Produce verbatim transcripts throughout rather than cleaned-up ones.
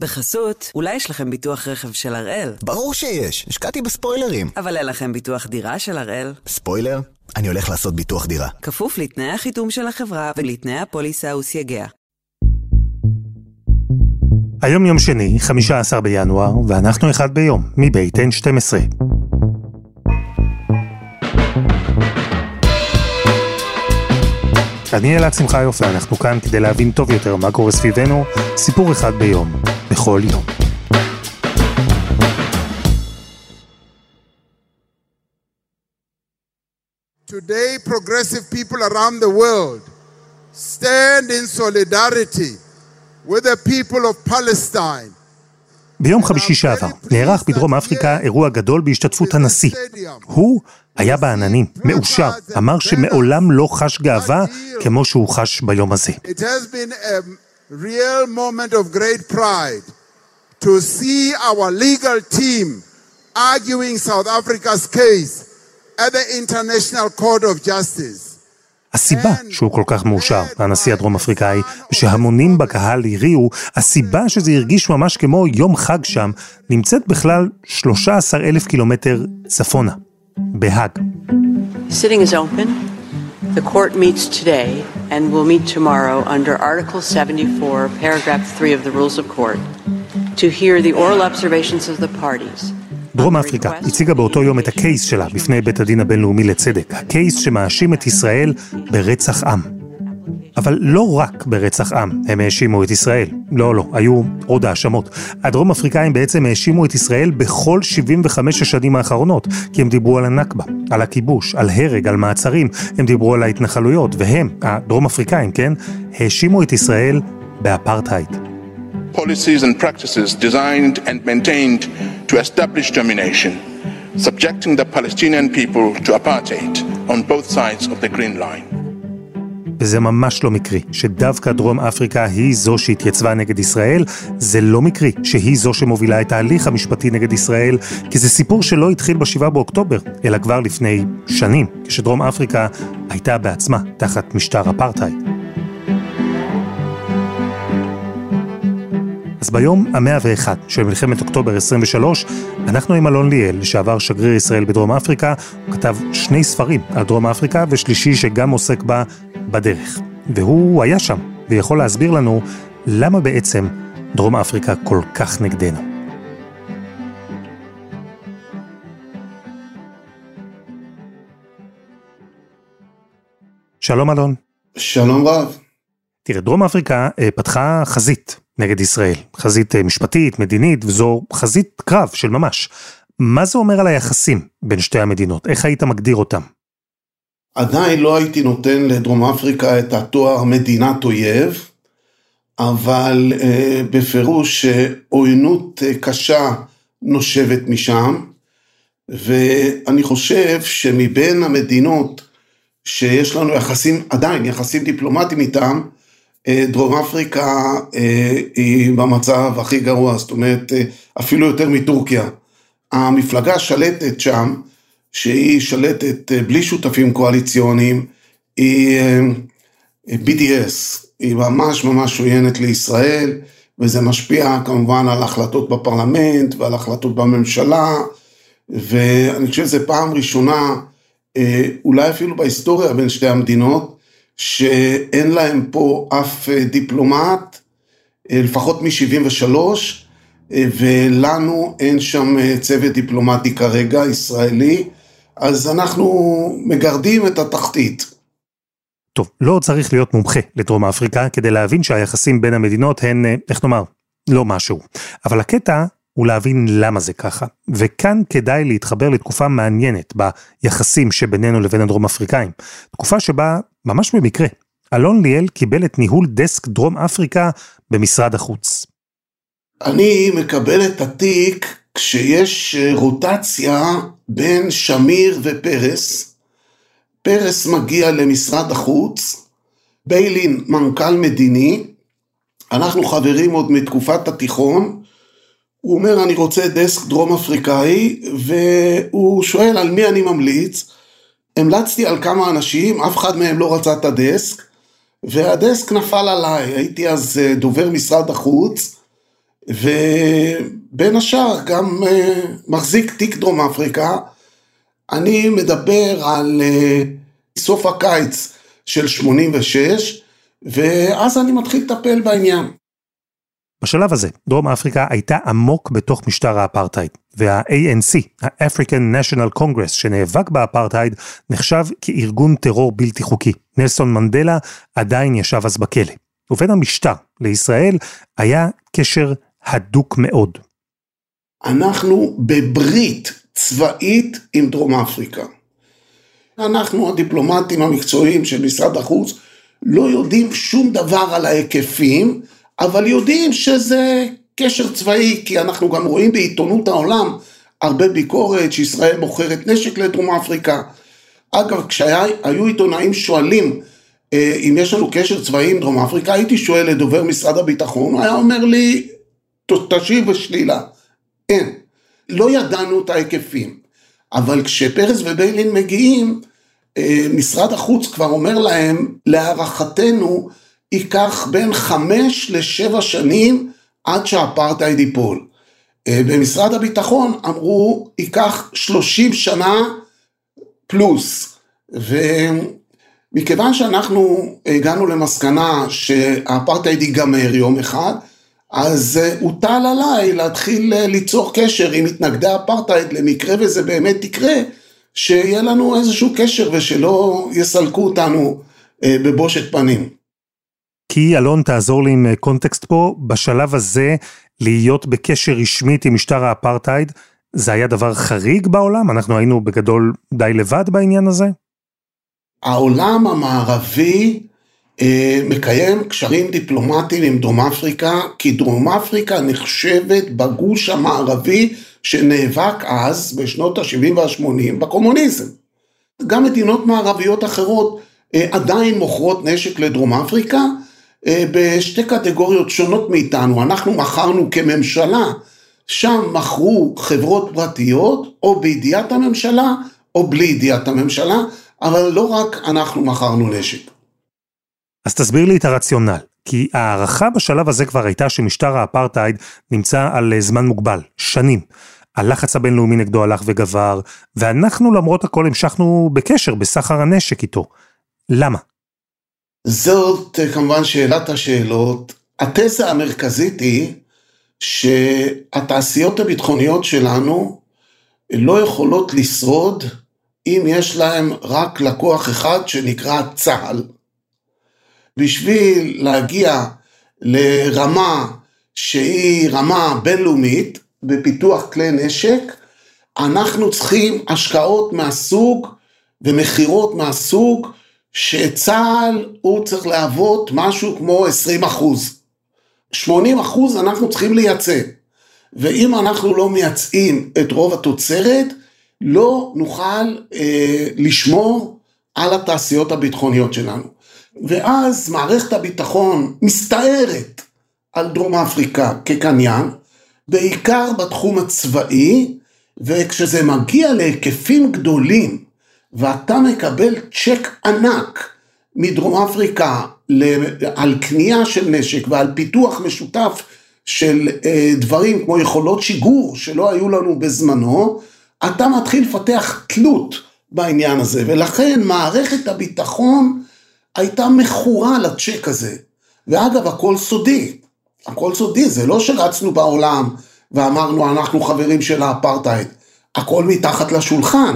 בחסות, אולי יש לכם ביטוח רכב של הראל? ברור שיש, השקעתי בספוילרים. אבל אין לכם ביטוח דירה של הראל? ספוילר? אני הולך לעשות ביטוח דירה. כפוף לתנאי החיתום של החברה ולתנאי הפוליסה וסייגיה. היום יום שני, חמישה עשר בינואר, ואנחנו אחד ביום, מבית אן שתים עשרה. אני אלעד שמחה יופי, אנחנו כאן כדי להבין טוב יותר מה קורה סביבנו, סיפור אחד ביום, בכל יום. Today, progressive people around the world stand in solidarity with the people of Palestine. ביום חמישי שעבר נערך בדרום אפריקה אירוע גדול בהשתתפות הנשיא. הוא היה בעננים, מאושר, אמר שמעולם לא חש גאווה כמו שהוא חש ביום הזה. It has been a real moment of great pride to see our legal team arguing South Africa's case at the International Court of Justice. הסיבה שהוא כל כך מאושר, הנשיא הדרום אפריקאי, ושהמונים בקהל הריעו, הסיבה שזה הרגיש ממש כמו יום חג שם, נמצאת בכלל שלושה עשר אלף קילומטר צפונה, בהאג. Sitting is open. The court meets today and will meet tomorrow under Article seventy-four, Paragraph three of the Rules of Court, to hear the oral observations of the parties. דרום אפריקה הציגה באותו יום את הקייס שלה בפני בית הדין הבינלאומי לצדק, הקייס שמאשים את ישראל ברצח עם. אבל לא רק ברצח עם הם האשימו את ישראל, לא, לא, היו עוד האשמות. הדרום אפריקאים בעצם האשימו את ישראל בכל שבעים וחמש השנים האחרונות, כי הם דיברו על הנכבה, על הכיבוש, על הרג, על מעצרים, הם דיברו על ההתנחלויות, והם, הדרום אפריקאים, כן, האשימו את ישראל באפרטהייד. Policies and practices designed and maintained to establish domination, subjecting the Palestinian people to apartheid on both sides of the Green Line. וזה ממש לא מקרי, שדווקא דרום אפריקה היא זו שהתייצבה נגד ישראל, זה לא מקרי שהיא זו שמובילה את ההליך המשפטי נגד ישראל, כי זה סיפור שלא התחיל בשבעה באוקטובר, אלא כבר לפני שנים, כשדרום אפריקה הייתה בעצמה תחת משטר אפרטהייד. אז ביום המאה ואחת של מלחמת אוקטובר עשרים ושלוש, אנחנו עם אלון ליאל, לשעבר שגריר ישראל בדרום אפריקה, הוא כתב שני ספרים על דרום אפריקה, ושלישי שגם עוסק בה בדרך. והוא היה שם, ויכול להסביר לנו למה בעצם דרום אפריקה כל כך נגדנו. שלום אלון. שלום רב. תראה, דרום אפריקה פתחה חזית נגד ישראל, חזית משפטית, מדינית, וזו חזית קרב של ממש. מה זה אומר על היחסים בין שתי המדינות? איך היית מגדיר אותם? עדיין לא הייתי נותן לדרום אפריקה את התואר מדינת אויב, אבל אה, בפירוש עוינות אה, קשה נושבת משם, ואני חושב שמבין המדינות שיש לנו יחסים, עדיין יחסים דיפלומטיים איתם, דרום אפריקה היא במצב הכי גרוע, זאת אומרת אפילו יותר מטורקיה. המפלגה שלטת שם, שהיא שלטת בלי שותפים קואליציוניים, היא בי די אס, היא ממש ממש עוינת לישראל, וזה משפיע כמובן על החלטות בפרלמנט ועל החלטות בממשלה, ואני חושב שזה פעם ראשונה, אולי אפילו בהיסטוריה בין שתי המדינות, שאין להם פה אף דיפלומט, לפחות מ-שבעים ושלוש, ולנו אין שם צוות דיפלומטי כרגע, ישראלי, אז אנחנו מגרדים את התחתית. טוב, לא צריך להיות מומחה לדרום אפריקה, כדי להבין שהיחסים בין המדינות הן, איך נאמר, לא משהו. אבל הקטע הוא להבין למה זה ככה. וכאן כדאי להתחבר לתקופה מעניינת ביחסים שבינינו לבין הדרום אפריקאים. תקופה שבה, ממש במקרה, אלון ליאל קיבל את ניהול דסק דרום אפריקה במשרד החוץ. אני מקבל את התיק כשיש רוטציה בין שמיר ופרס. פרס מגיע למשרד החוץ, ביילין מנכ"ל מדיני, אנחנו חברים עוד מתקופת התיכון, הוא אומר אני רוצה דסק דרום אפריקאי, והוא שואל על מי אני ממליץ, המלצתי על כמה אנשים, אף אחד מהם לא רצה את הדסק, והדסק נפל עליי, הייתי אז דובר משרד החוץ, ובין השאר גם מחזיק תיק דרום אפריקה. אני מדבר על סוף הקיץ של שמונים ושש, ואז אני מתחיל לטפל בעניין. בשלב הזה, דרום אפריקה הייתה עמוק בתוך משטר האפרטהייד, וה-A N C, ה-African National Congress, שנאבק באפרטהייד, נחשב כארגון טרור בלתי חוקי. נלסון מנדלה עדיין ישב אז בכלא. ובין המשטר לישראל היה קשר הדוק מאוד. אנחנו בברית צבאית עם דרום אפריקה. אנחנו הדיפלומטים המקצועיים של משרד החוץ לא יודעים שום דבר על ההיקפים, אבל יודעים שזה קשר צבאי, כי אנחנו גם רואים בעיתונות העולם הרבה ביקורת שישראל מוכרת נשק לדרום אפריקה. אגב, כשהיו עיתונאים שואלים אם יש לנו קשר צבאי עם דרום אפריקה, הייתי שואל לדובר משרד הביטחון, הוא היה אומר לי, תשיב בשלילה. אין, לא ידענו את ההיקפים. אבל כשפרס וביילין מגיעים, משרד החוץ כבר אומר להם, להערכתנו, ייקח בין חמש לשבע שנים עד שהאפרטהייד ייפול. במשרד הביטחון אמרו, ייקח שלושים שנה פלוס. ומכיוון שאנחנו הגענו למסקנה שהאפרטהייד ייגמר יום אחד, אז הוטל עליי להתחיל ליצור קשר עם מתנגדי האפרטהייד, למקרה וזה באמת יקרה, שיהיה לנו איזשהו קשר ושלא יסלקו אותנו בבושת פנים. כי אלון תעזור לי עם קונטקסט פה, בשלב הזה להיות בקשר רשמית עם משטר האפרטהייד, זה היה דבר חריג בעולם? אנחנו היינו בגדול די לבד בעניין הזה? העולם המערבי אה, מקיים קשרים דיפלומטיים עם דרום אפריקה, כי דרום אפריקה נחשבת בגוש המערבי שנאבק אז בשנות ה-שבעים וה-שמונים בקומוניזם. גם מדינות מערביות אחרות אה, עדיין מוכרות נשק לדרום אפריקה, בשתי קטגוריות שונות מאיתנו. אנחנו מכרנו כממשלה, שם מכרו חברות פרטיות, או בידיעת הממשלה, או בלי ידיעת הממשלה, אבל לא רק אנחנו מכרנו נשק. אז תסביר לי את הרציונל, כי הערכה בשלב הזה כבר הייתה שמשטר האפרטהייד נמצא על זמן מוגבל, שנים. הלחץ הבינלאומי נגדו הלך וגבר, ואנחנו למרות הכל המשכנו בקשר בסחר הנשק איתו. למה? זאת כמובן שאלת השאלות. התזה המרכזית היא שהתעשיות הביטחוניות שלנו לא יכולות לשרוד אם יש להם רק לקוח אחד שנקרא צה"ל. בשביל להגיע לרמה שהיא רמה בינלאומית בפיתוח כלי נשק, אנחנו צריכים השקעות מהסוג ומחירות מהסוג שצה"ל הוא צריך להוות משהו כמו עשרים אחוז. שמונים אחוז אנחנו צריכים לייצא. ואם אנחנו לא מייצאים את רוב התוצרת, לא נוכל אה, לשמור על התעשיות הביטחוניות שלנו. ואז מערכת הביטחון מסתערת על דרום אפריקה כקניין, בעיקר בתחום הצבאי, וכשזה מגיע להיקפים גדולים, ואתה מקבל צ'ק ענק מדרום אפריקה על קנייה של נשק ועל פיתוח משותף של דברים כמו יכולות שיגור שלא היו לנו בזמנו, אתה מתחיל לפתח תלות בעניין הזה, ולכן מערכת הביטחון הייתה מכורה לצ'ק הזה. ואגב, הכל סודי, הכל סודי, זה לא שרצנו בעולם ואמרנו אנחנו חברים של האפרטהייד, הכל מתחת לשולחן.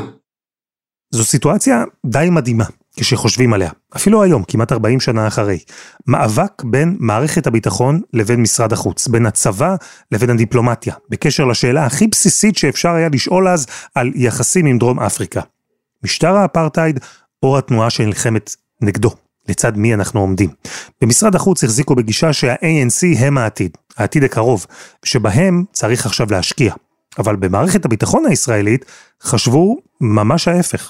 זו סיטואציה די מדהימה, כשחושבים עליה, אפילו היום, כמעט ארבעים שנה אחרי. מאבק בין מערכת הביטחון לבין משרד החוץ, בין הצבא לבין הדיפלומטיה, בקשר לשאלה הכי בסיסית שאפשר היה לשאול אז על יחסים עם דרום אפריקה. משטר האפרטהייד או התנועה שנלחמת נגדו, לצד מי אנחנו עומדים. במשרד החוץ החזיקו בגישה שה-A N C הם העתיד, העתיד הקרוב, שבהם צריך עכשיו להשקיע. אבל במערכת הביטחון הישראלית חשבו ממש ההפך.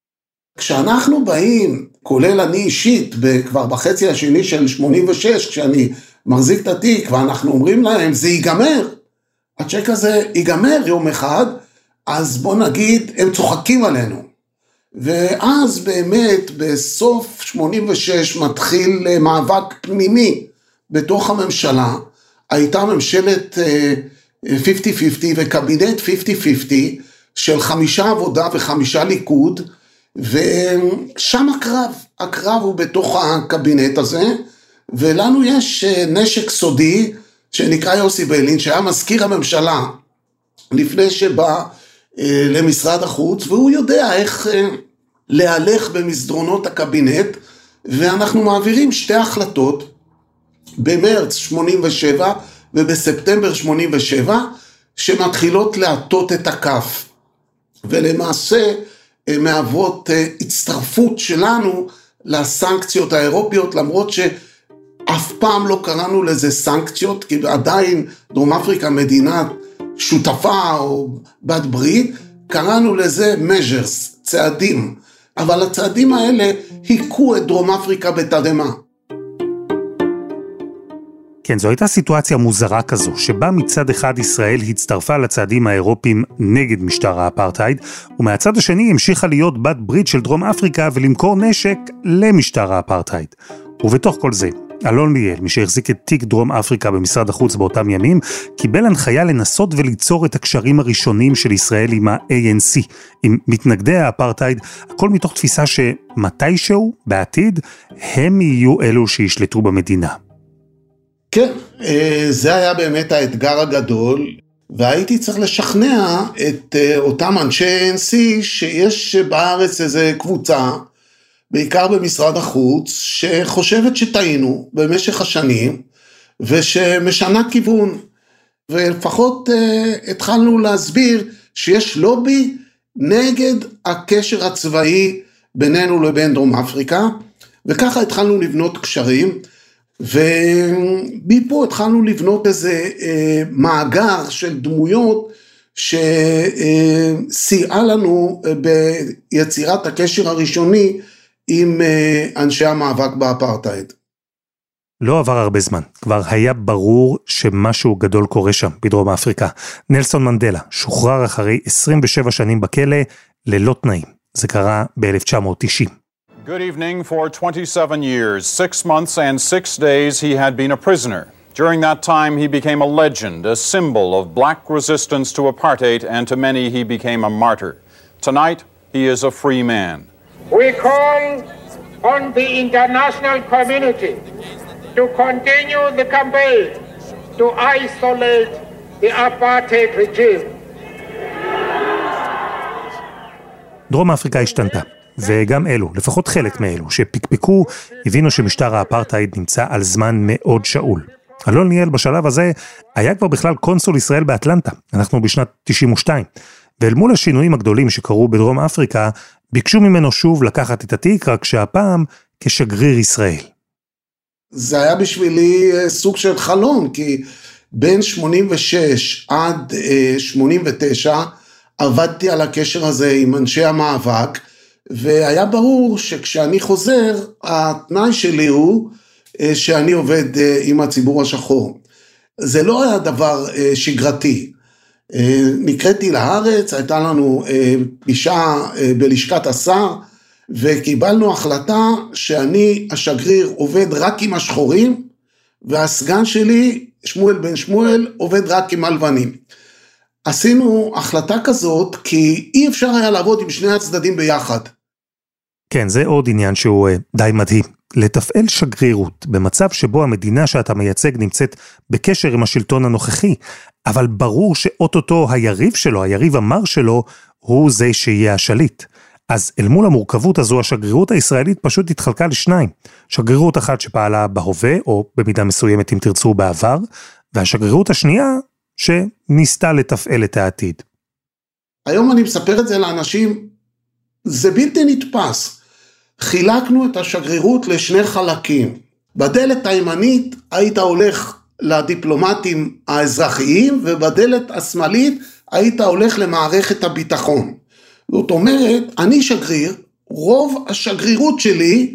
כשאנחנו באים, כולל אני אישית, כבר בחצי השני של שמונים ושש, כשאני מחזיק את התיק, ואנחנו אומרים להם, זה ייגמר, הצ'ק הזה ייגמר יום אחד, אז בוא נגיד, הם צוחקים עלינו. ואז באמת, בסוף שמונים ושש, מתחיל מאבק פנימי בתוך הממשלה, הייתה ממשלת חמישים חמישים וקבינט חמישים חמישים של חמישה עבודה וחמישה ליכוד, ושם הקרב, הקרב הוא בתוך הקבינט הזה, ולנו יש נשק סודי שנקרא יוסי ביילין, שהיה מזכיר הממשלה לפני שבא למשרד החוץ, והוא יודע איך להלך במסדרונות הקבינט, ואנחנו מעבירים שתי החלטות, במרץ שמונים ושבע ובספטמבר שמונים ושבע, שמתחילות להטות את הכף, ולמעשה מהוות הצטרפות שלנו לסנקציות האירופיות, למרות שאף פעם לא קראנו לזה סנקציות, כי עדיין דרום אפריקה מדינה שותפה או בת ברית, קראנו לזה measures, צעדים, אבל הצעדים האלה היכו את דרום אפריקה בתדהמה. כן, זו הייתה סיטואציה מוזרה כזו, שבה מצד אחד ישראל הצטרפה לצעדים האירופיים נגד משטר האפרטהייד, ומהצד השני המשיכה להיות בת ברית של דרום אפריקה ולמכור נשק למשטר האפרטהייד. ובתוך כל זה, אלון ליאל, מי שהחזיק את תיק דרום אפריקה במשרד החוץ באותם ימים, קיבל הנחיה לנסות וליצור את הקשרים הראשונים של ישראל עם ה-A N C, עם מתנגדי האפרטהייד, הכל מתוך תפיסה שמתישהו, בעתיד, הם יהיו אלו שישלטו במדינה. כן, זה היה באמת האתגר הגדול, והייתי צריך לשכנע את אותם אנשי A N C שיש בארץ איזו קבוצה, בעיקר במשרד החוץ, שחושבת שטעינו במשך השנים, ושמשנה כיוון, ולפחות uh, התחלנו להסביר שיש לובי נגד הקשר הצבאי בינינו לבין דרום אפריקה, וככה התחלנו לבנות קשרים, ומפה התחלנו לבנות איזה uh, מאגר של דמויות, שסייעה לנו ביצירת הקשר הראשוני, עם אנשי המאבק באפרטהייד. לא עבר הרבה זמן, כבר היה ברור שמשהו גדול קורה שם, בדרום אפריקה. נלסון מנדלה שוחרר אחרי עשרים ושבע שנים בכלא, ללא תנאים. זה קרה ב-אלף תשע מאות תשעים. Good evening. For twenty-seven years, six months and six days he had been a prisoner. During that time he became a legend, a symbol of black resistance to apartheid, and to many he became a martyr. Tonight he is a free man. We call on the international community to continue the campaign to isolate the apartheid regime. דרום אפריקה השתנתה, וגם אלו, לפחות חלק מאלו, שפקפקו, הבינו שמשטר האפרטהייד נמצא על זמן מאוד שאול. אלון ליאל בשלב הזה היה כבר בכלל קונסול ישראל באטלנטה, אנחנו בשנת תשעים ושתיים, ואל מול השינויים הגדולים שקרו בדרום אפריקה, ביקשו ממנו שוב לקחת את התיק, רק שהפעם כשגריר ישראל. זה היה בשבילי סוג של חלום, כי בין שמונים ושש עד שמונים ותשע עבדתי על הקשר הזה עם אנשי המאבק, והיה ברור שכשאני חוזר, התנאי שלי הוא שאני עובד עם הציבור השחור. זה לא היה דבר שגרתי. נקראתי לארץ, הייתה לנו פגישה בלשכת השר, וקיבלנו החלטה שאני השגריר עובד רק עם השחורים, והסגן שלי, שמואל בן שמואל, עובד רק עם הלבנים. עשינו החלטה כזאת, כי אי אפשר היה לעבוד עם שני הצדדים ביחד. כן, זה עוד עניין שהוא די מדהים. לתפעל שגרירות במצב שבו המדינה שאתה מייצג נמצאת בקשר עם השלטון הנוכחי, אבל ברור שאוטוטו היריב שלו, היריב המר שלו, הוא זה שיהיה השליט. אז אל מול המורכבות הזו, השגרירות הישראלית פשוט התחלקה לשניים. שגרירות אחת שפעלה בהווה, או במידה מסוימת אם תרצו בעבר, והשגרירות השנייה שניסתה לתפעל את העתיד. היום אני מספר את זה לאנשים, זה בלתי נתפס. חילקנו את השגרירות לשני חלקים. בדלת הימנית היית הולך לדיפלומטים האזרחיים, ובדלת השמאלית היית הולך למערכת הביטחון. זאת אומרת, אני שגריר, רוב השגרירות שלי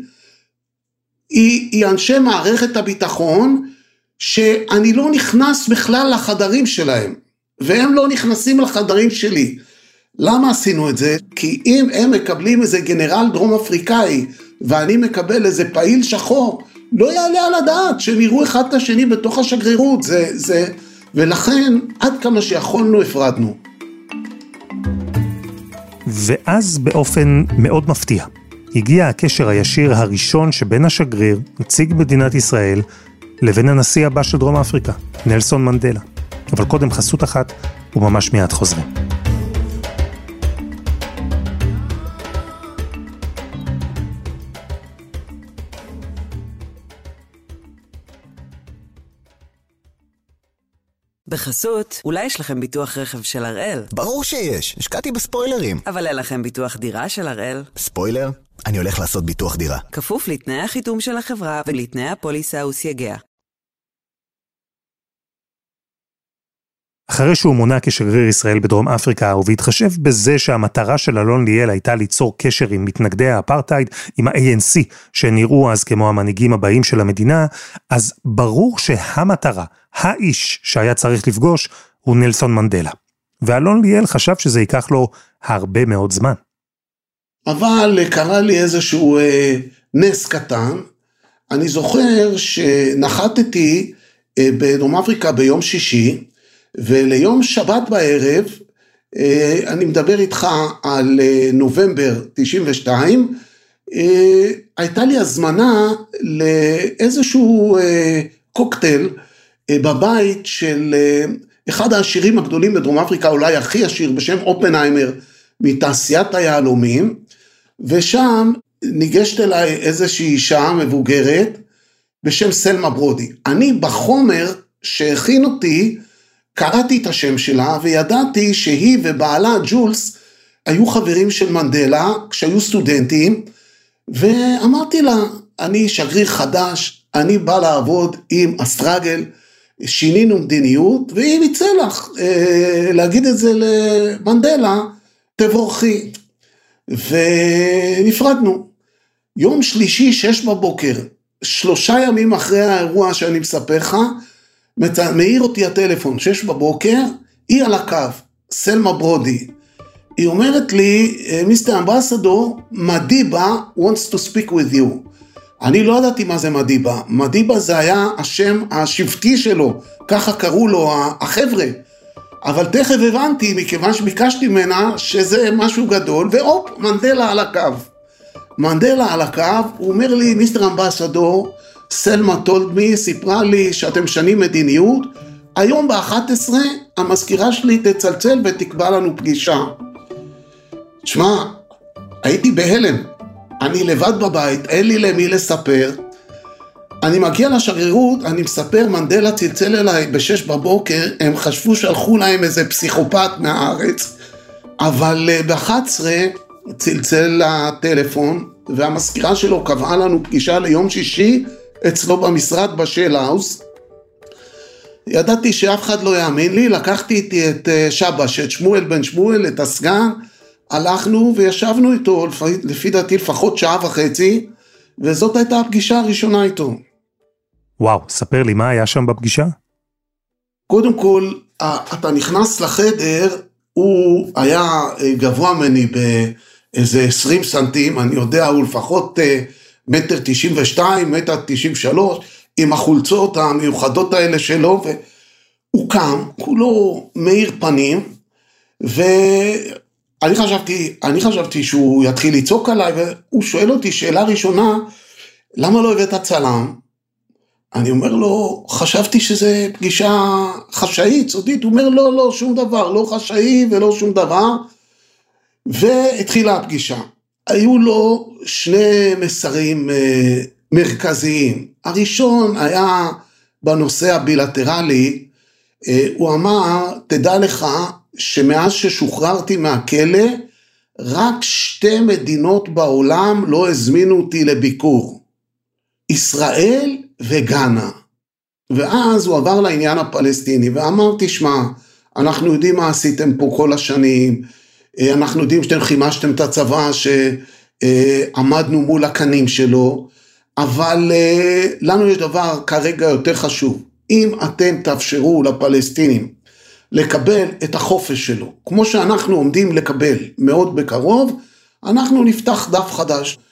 היא, היא אנשי מערכת הביטחון, שאני לא נכנס בכלל לחדרים שלהם, והם לא נכנסים לחדרים שלי. למה עשינו את זה? כי אם הם מקבלים איזה גנרל דרום אפריקאי, ואני מקבל איזה פעיל שחור, לא יעלה על הדעת שהם יראו אחד את השני בתוך השגרירות, זה, זה, ולכן עד כמה שיכולנו הפרדנו. ואז באופן מאוד מפתיע, הגיע הקשר הישיר הראשון שבין השגריר, נציג מדינת ישראל, לבין הנשיא הבא של דרום אפריקה, נלסון מנדלה. אבל קודם חסות אחת, וממש מיד חוזרים. בחסות, אולי יש לכם ביטוח רכב של הראל? ברור שיש, השקעתי בספוילרים. אבל אין לכם ביטוח דירה של הראל? ספוילר? אני הולך לעשות ביטוח דירה. כפוף לתנאי החיתום של החברה ולתנאי הפוליסה וסייגיה. אחרי שהוא מונה כשגריר ישראל בדרום אפריקה, ובהתחשב בזה שהמטרה של אלון ליאל הייתה ליצור קשר עם מתנגדי האפרטהייד, עם ה-A N C, שנראו אז כמו המנהיגים הבאים של המדינה, אז ברור שהמטרה, האיש שהיה צריך לפגוש, הוא נלסון מנדלה. ואלון ליאל חשב שזה ייקח לו הרבה מאוד זמן. אבל קרה לי איזשהו אה, נס קטן. אני זוכר שנחתתי אה, בדרום אפריקה ביום שישי, וליום שבת בערב, אני מדבר איתך על נובמבר תשעים ושתיים, הייתה לי הזמנה לאיזשהו קוקטייל בבית של אחד העשירים הגדולים בדרום אפריקה, אולי הכי עשיר, בשם אופנהיימר, מתעשיית היהלומים, ושם ניגשת אליי איזושהי אישה מבוגרת, בשם סלמה ברודי. אני בחומר שהכין אותי, קראתי את השם שלה, וידעתי שהיא ובעלה ג'ולס, היו חברים של מנדלה, כשהיו סטודנטים, ואמרתי לה, אני שגריר חדש, אני בא לעבוד עם אסטרגל, שינינו מדיניות, ואם יצא לך אה, להגיד את זה למנדלה, תבורכי. ונפרדנו. יום שלישי, שש בבוקר, שלושה ימים אחרי האירוע שאני מספר לך, מעיר אותי הטלפון, שש בבוקר, היא על הקו, סלמה ברודי. היא אומרת לי, מיסטר אמבסדור, מדיבה wants to speak with you. אני לא ידעתי מה זה מדיבה. מדיבה זה היה השם השבטי שלו, ככה קראו לו החבר'ה. אבל תכף הבנתי, מכיוון שביקשתי ממנה שזה משהו גדול, ואופ, מנדלה על הקו. מנדלה על הקו, הוא אומר לי, מיסטר אמבסדור, סלמה טולד מי, סיפרה לי שאתם שנים מדיניות, היום ב-אחת עשרה המזכירה שלי תצלצל ותקבע לנו פגישה. תשמע, הייתי בהלם, אני לבד בבית, אין לי למי לספר, אני מגיע לשגרירות, אני מספר, מנדלה צלצל אליי בשש בבוקר, הם חשבו שהלכו להם איזה פסיכופת מהארץ, אבל ב-אחת עשרה צלצל לטלפון, והמזכירה שלו קבעה לנו פגישה ליום שישי, אצלו במשרד בשל האוס. ידעתי שאף אחד לא יאמין לי, לקחתי איתי את שבש, את שמואל בן שמואל, את הסגן, הלכנו וישבנו איתו, לפי, לפי דעתי לפחות שעה וחצי, וזאת הייתה הפגישה הראשונה איתו. וואו, ספר לי מה היה שם בפגישה? קודם כל, אתה נכנס לחדר, הוא היה גבוה מני באיזה עשרים סנטים, אני יודע, הוא לפחות מטר תשעים ושתיים, מטר תשעים ושלוש, עם החולצות המיוחדות האלה שלו, והוא קם, כולו מאיר פנים, ואני חשבתי, אני חשבתי שהוא יתחיל לצעוק עליי, והוא שואל אותי שאלה ראשונה, למה לא הבאת צלם? אני אומר לו, חשבתי שזה פגישה חשאית, סודית, הוא אומר, לא, לא, שום דבר, לא חשאי ולא שום דבר, והתחילה הפגישה. היו לו שני מסרים אה, מרכזיים. הראשון היה בנושא הבילטרלי, אה, הוא אמר, תדע לך שמאז ששוחררתי מהכלא, רק שתי מדינות בעולם לא הזמינו אותי לביקור. ישראל וגאנה. ואז הוא עבר לעניין הפלסטיני, ואמר, תשמע, אנחנו יודעים מה עשיתם פה כל השנים, אנחנו יודעים שאתם חימשתם את הצבא שעמדנו מול הקנים שלו, אבל לנו יש דבר כרגע יותר חשוב, אם אתם תאפשרו לפלסטינים לקבל את החופש שלו, כמו שאנחנו עומדים לקבל מאוד בקרוב, אנחנו נפתח דף חדש.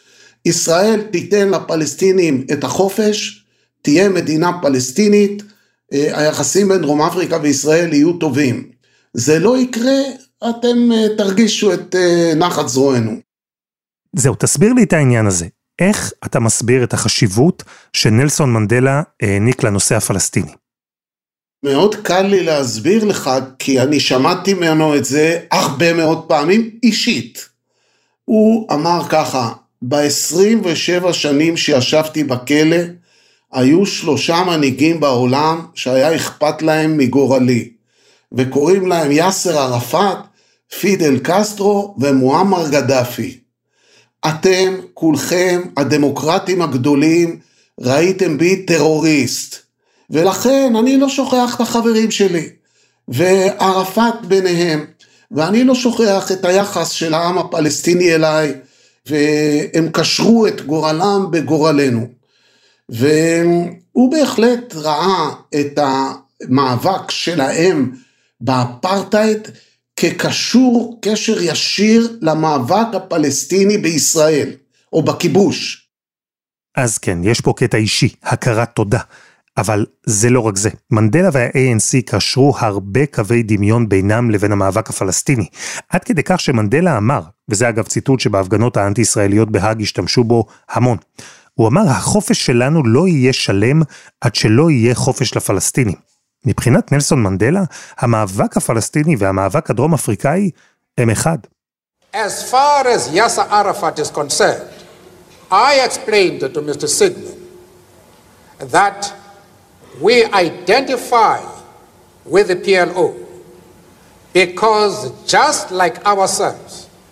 ישראל תיתן לפלסטינים את החופש, תהיה מדינה פלסטינית, היחסים בין דרום אפריקה וישראל יהיו טובים. זה לא יקרה, אתם תרגישו את נחת זרוענו. זהו, תסביר לי את העניין הזה. איך אתה מסביר את החשיבות שנלסון מנדלה העניק לנושא הפלסטיני? מאוד קל לי להסביר לך, כי אני שמעתי ממנו את זה הרבה מאוד פעמים אישית. הוא אמר ככה, ב-עשרים ושבע שנים שישבתי בכלא, היו שלושה מנהיגים בעולם שהיה אכפת להם מגורלי, וקוראים להם יאסר ערפאת, פידל קסטרו ומועמר גדאפי. אתם כולכם הדמוקרטים הגדולים ראיתם בי טרוריסט, ולכן אני לא שוכח את החברים שלי, וערפאת ביניהם, ואני לא שוכח את היחס של העם הפלסטיני אליי, והם קשרו את גורלם בגורלנו. והוא בהחלט ראה את המאבק שלהם באפרטהייד כקשור קשר ישיר למאבק הפלסטיני בישראל, או בכיבוש. אז כן, יש פה קטע אישי, הכרת תודה. אבל זה לא רק זה. מנדלה וה-איי אן סי קשרו הרבה קווי דמיון בינם לבין המאבק הפלסטיני. עד כדי כך שמנדלה אמר, וזה אגב ציטוט שבהפגנות האנטי-ישראליות בהאג השתמשו בו המון. הוא אמר, החופש שלנו לא יהיה שלם עד שלא יהיה חופש לפלסטינים. מבחינת נלסון מנדלה, המאבק הפלסטיני והמאבק הדרום אפריקאי הם אחד. As far as Yasser Arafat is concerned, I explained to Mister Sidman that we identify with the P L O because just like ourselves,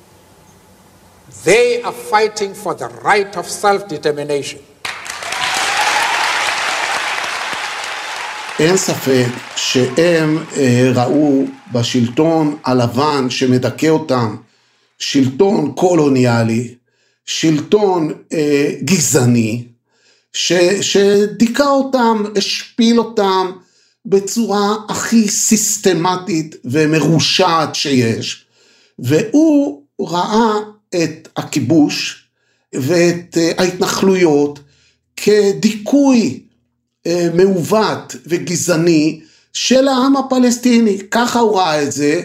they are fighting for the right of self-determination. אין ספק שהם ראו בשלטון הלבן שמדכא אותם, שלטון קולוניאלי, שלטון אה, גזעני, ש, שדיקה אותם, השפיל אותם בצורה הכי סיסטמטית ומרושעת שיש, והוא ראה את הכיבוש ואת אה, ההתנחלויות כדיכוי אה, מעוות וגזעני של העם הפלסטיני, ככה הוא ראה את זה,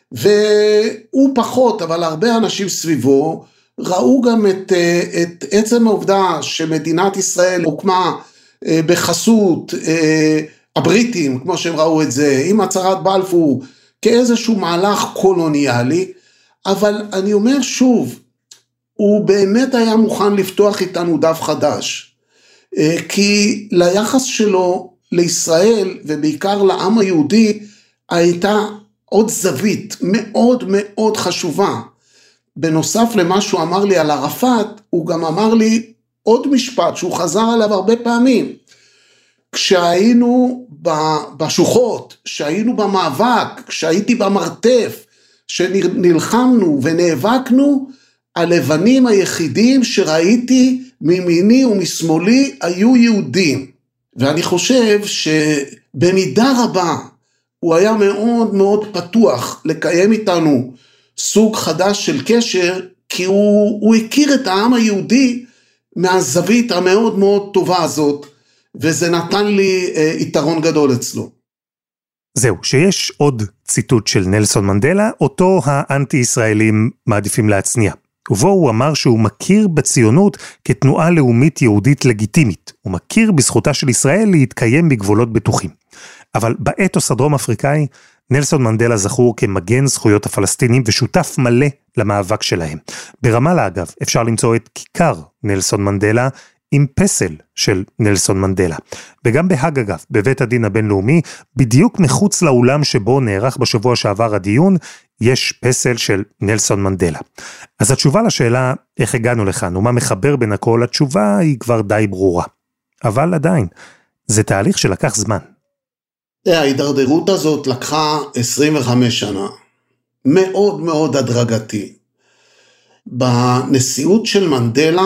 והוא פחות, אבל הרבה אנשים סביבו, ראו גם את, את עצם העובדה שמדינת ישראל הוקמה בחסות הבריטים, כמו שהם ראו את זה, עם הצהרת בלפור, כאיזשהו מהלך קולוניאלי, אבל אני אומר שוב, הוא באמת היה מוכן לפתוח איתנו דף חדש, כי ליחס שלו לישראל, ובעיקר לעם היהודי, הייתה עוד זווית מאוד מאוד חשובה. בנוסף למה שהוא אמר לי על ערפאת, הוא גם אמר לי עוד משפט שהוא חזר עליו הרבה פעמים. כשהיינו בשוחות, כשהיינו במאבק, כשהייתי במרתף, שנלחמנו ונאבקנו, הלבנים היחידים שראיתי ממיני ומשמאלי היו יהודים. ואני חושב שבמידה רבה הוא היה מאוד מאוד פתוח לקיים איתנו סוג חדש של קשר, כי הוא, הוא הכיר את העם היהודי מהזווית המאוד מאוד טובה הזאת, וזה נתן לי אה, יתרון גדול אצלו. זהו, שיש עוד ציטוט של נלסון מנדלה, אותו האנטי-ישראלים מעדיפים להצניע. ובו הוא אמר שהוא מכיר בציונות כתנועה לאומית יהודית לגיטימית. הוא מכיר בזכותה של ישראל להתקיים בגבולות בטוחים. אבל באתוס הדרום אפריקאי, נלסון מנדלה זכור כמגן זכויות הפלסטינים ושותף מלא למאבק שלהם. ברמאללה אגב, אפשר למצוא את כיכר נלסון מנדלה עם פסל של נלסון מנדלה. וגם בהאג אגב, בבית הדין הבינלאומי, בדיוק מחוץ לאולם שבו נערך בשבוע שעבר הדיון, יש פסל של נלסון מנדלה. אז התשובה לשאלה איך הגענו לכאן ומה מחבר בין הכל, התשובה היא כבר די ברורה. אבל עדיין, זה תהליך שלקח זמן. ההידרדרות הזאת לקחה עשרים וחמש שנה, מאוד מאוד הדרגתי. בנשיאות של מנדלה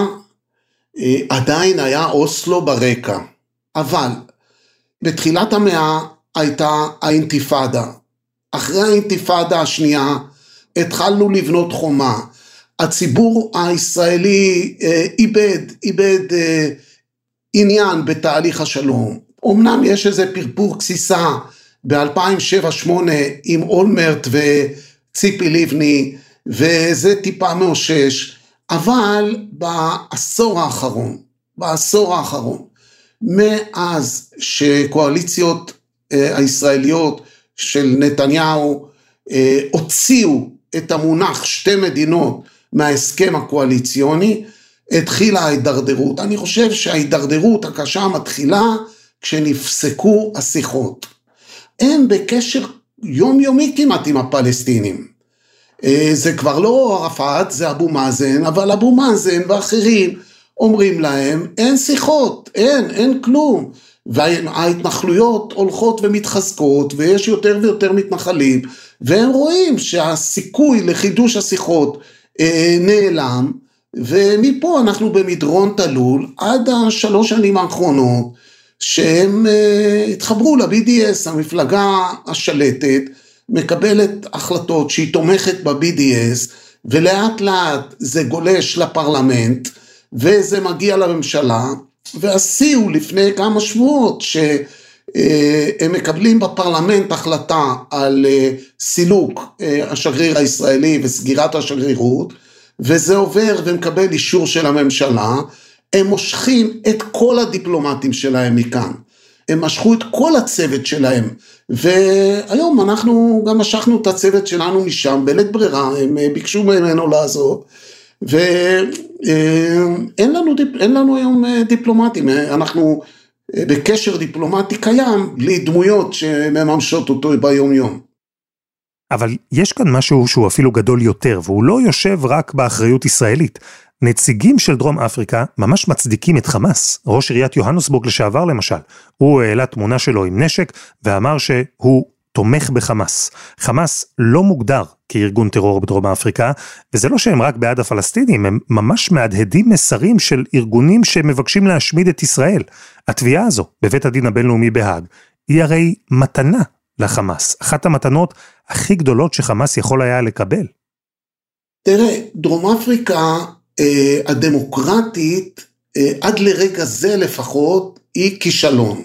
עדיין היה אוסלו ברקע, אבל בתחילת המאה הייתה האינתיפאדה. אחרי האינתיפאדה השנייה התחלנו לבנות חומה, הציבור הישראלי איבד, איבד עניין בתהליך השלום. אמנם יש איזה פרפור כסיסה ב-אלפיים שבע שמונה עם אולמרט וציפי לבני, וזה טיפה מאושש, אבל בעשור האחרון, בעשור האחרון, מאז שקואליציות הישראליות של נתניהו הוציאו את המונח שתי מדינות מההסכם הקואליציוני, התחילה ההידרדרות. אני חושב שההידרדרות הקשה מתחילה כשנפסקו השיחות. הם בקשר יומיומי כמעט עם הפלסטינים. זה כבר לא ערפאת, זה אבו מאזן, אבל אבו מאזן ואחרים אומרים להם, אין שיחות, אין, אין כלום. וההתנחלויות הולכות ומתחזקות, ויש יותר ויותר מתנחלים, והם רואים שהסיכוי לחידוש השיחות אה, נעלם, ומפה אנחנו במדרון תלול, עד השלוש שנים האחרונות, שהם אה, התחברו ל-בי די אס, המפלגה השלטת, מקבלת החלטות שהיא תומכת ב-בי די אס, ולאט לאט זה גולש לפרלמנט, וזה מגיע לממשלה, ועשיו לפני כמה שבועות שהם מקבלים בפרלמנט החלטה על סילוק השגריר הישראלי וסגירת השגרירות, וזה עובר ומקבל אישור של הממשלה. הם מושכים את כל הדיפלומטים שלהם מכאן, הם משכו את כל הצוות שלהם, והיום אנחנו גם משכנו את הצוות שלנו משם, בלית ברירה, הם ביקשו ממנו לעזוב, ואין לנו, אין לנו היום דיפלומטים, אנחנו בקשר דיפלומטי קיים, בלי דמויות שמממשות אותו ביום יום. אבל יש כאן משהו שהוא אפילו גדול יותר, והוא לא יושב רק באחריות ישראלית. נציגים של דרום אפריקה ממש מצדיקים את חמאס. ראש עיריית יוהנסבורג לשעבר למשל, הוא העלה תמונה שלו עם נשק, ואמר שהוא תומך בחמאס. חמאס לא מוגדר כארגון טרור בדרום אפריקה, וזה לא שהם רק בעד הפלסטינים, הם ממש מהדהדים מסרים של ארגונים שמבקשים להשמיד את ישראל. התביעה הזו בבית הדין הבינלאומי בהאג, היא הרי מתנה לחמאס, אחת המתנות הכי גדולות שחמאס יכול היה לקבל. תראה, דרום אפריקה אה, הדמוקרטית, אה, עד לרגע זה לפחות, היא כישלון.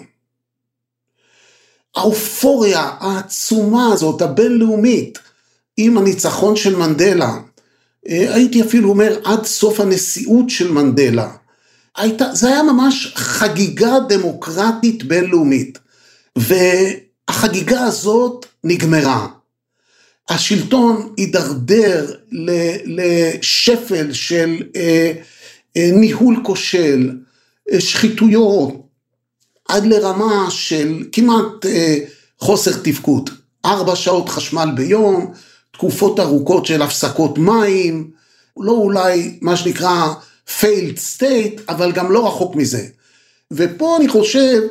האופוריה העצומה הזאת, הבינלאומית, עם הניצחון של מנדלה, אה, הייתי אפילו אומר עד סוף הנשיאות של מנדלה, הייתה, זה היה ממש חגיגה דמוקרטית בינלאומית, והחגיגה הזאת נגמרה. השלטון הידרדר לשפל של אה, אה, ניהול כושל, אה, שחיתויות, עד לרמה של כמעט אה, חוסר תפקוד. ארבע שעות חשמל ביום, תקופות ארוכות של הפסקות מים, לא אולי מה שנקרא failed state, אבל גם לא רחוק מזה. ופה אני חושב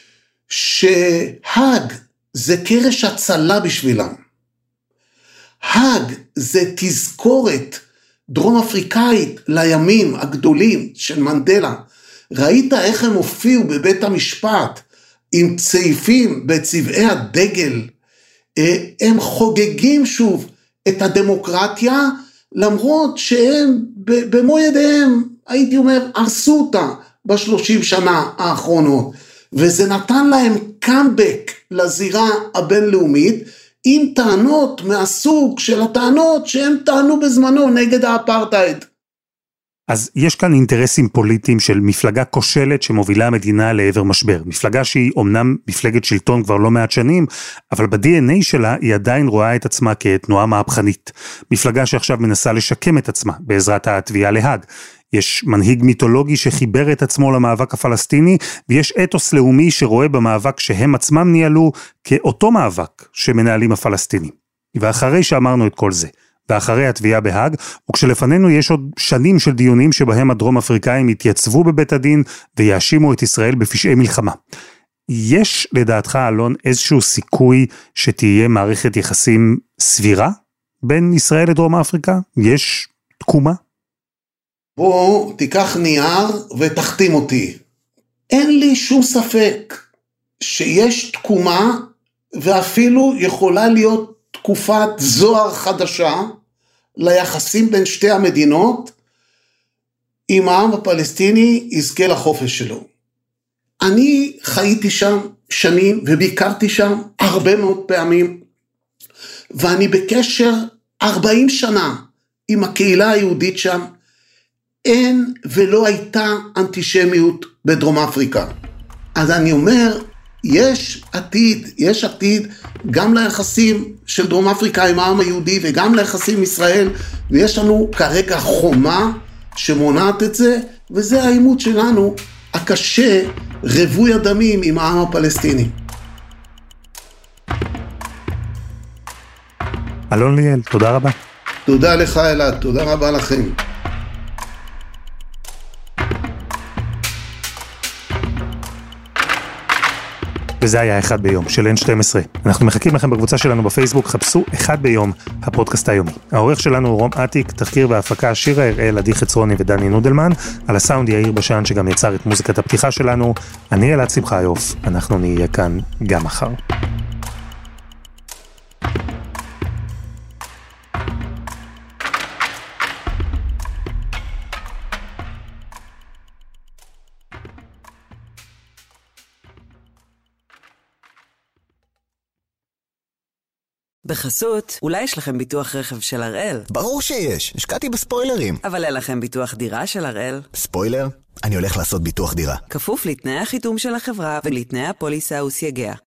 שהאג זה קרש הצלה בשבילם. האג זה תזכורת דרום אפריקאית לימים הגדולים של מנדלה. ראית איך הם הופיעו בבית המשפט עם צעיפים בצבעי הדגל, הם חוגגים שוב את הדמוקרטיה, למרות שהם במו ידיהם, הייתי אומר, הרסו אותה בשלושים שנה האחרונות, וזה נתן להם קאמבק לזירה הבינלאומית, עם טענות מהסוג של הטענות שהם טענו בזמנו נגד האפרטהייד. אז יש כאן אינטרסים פוליטיים של מפלגה כושלת שמובילה המדינה לעבר משבר. מפלגה שהיא אומנם מפלגת שלטון כבר לא מעט שנים, אבל ב-די אן איי שלה היא עדיין רואה את עצמה כתנועה מהפכנית. מפלגה שעכשיו מנסה לשקם את עצמה בעזרת התביעה להאג. יש מנהיג מיתולוגי שחיבר את עצמו למאבק הפלסטיני, ויש אתוס לאומי שרואה במאבק שהם עצמם ניהלו כאותו מאבק שמנהלים הפלסטינים. ואחרי שאמרנו את כל זה, ואחרי התביעה בהאג, וכשלפנינו יש עוד שנים של דיונים שבהם הדרום אפריקאים יתייצבו בבית הדין ויאשימו את ישראל בפשעי מלחמה. יש לדעתך, אלון, איזשהו סיכוי שתהיה מערכת יחסים סבירה בין ישראל לדרום אפריקה? יש תקומה? בוא תיקח נייר ותחתים אותי. אין לי שום ספק שיש תקומה, ואפילו יכולה להיות תקופת זוהר חדשה ליחסים בין שתי המדינות, אם העם הפלסטיני יזכה לחופש שלו. אני חייתי שם שנים וביקרתי שם הרבה מאוד פעמים, ואני בקשר ארבעים שנה עם הקהילה היהודית שם. אין ולא הייתה אנטישמיות בדרום אפריקה. אז אני אומר, יש עתיד, יש עתיד גם ליחסים של דרום אפריקה עם העם היהודי וגם ליחסים עם ישראל, ויש לנו כרגע חומה שמונעת את זה, וזה העימות שלנו הקשה, רווי הדמים עם העם הפלסטיני. אלון ליאל, תודה רבה. תודה לך אלעד, תודה רבה לכם. וזה היה אחד ביום של אן שתים עשרה. אנחנו מחכים לכם בקבוצה שלנו בפייסבוק, חפשו אחד ביום, הפודקאסט היומי. העורך שלנו הוא רום עתיק, תחקיר והפקה שירה הראל, עדי חצרוני ודני נודלמן, על הסאונד יאיר בשן שגם יצר את מוזיקת הפתיחה שלנו. אני אלעד שמחיוף, אנחנו נהיה כאן גם מחר. בחסות, אולי יש לכם ביטוח רכב של הראל? ברור שיש, השקעתי בספוילרים. אבל אין לכם ביטוח דירה של הראל? ספוילר? אני הולך לעשות ביטוח דירה. כפוף לתנאי החיתום של החברה ולתנאי הפוליסה וסייגיה.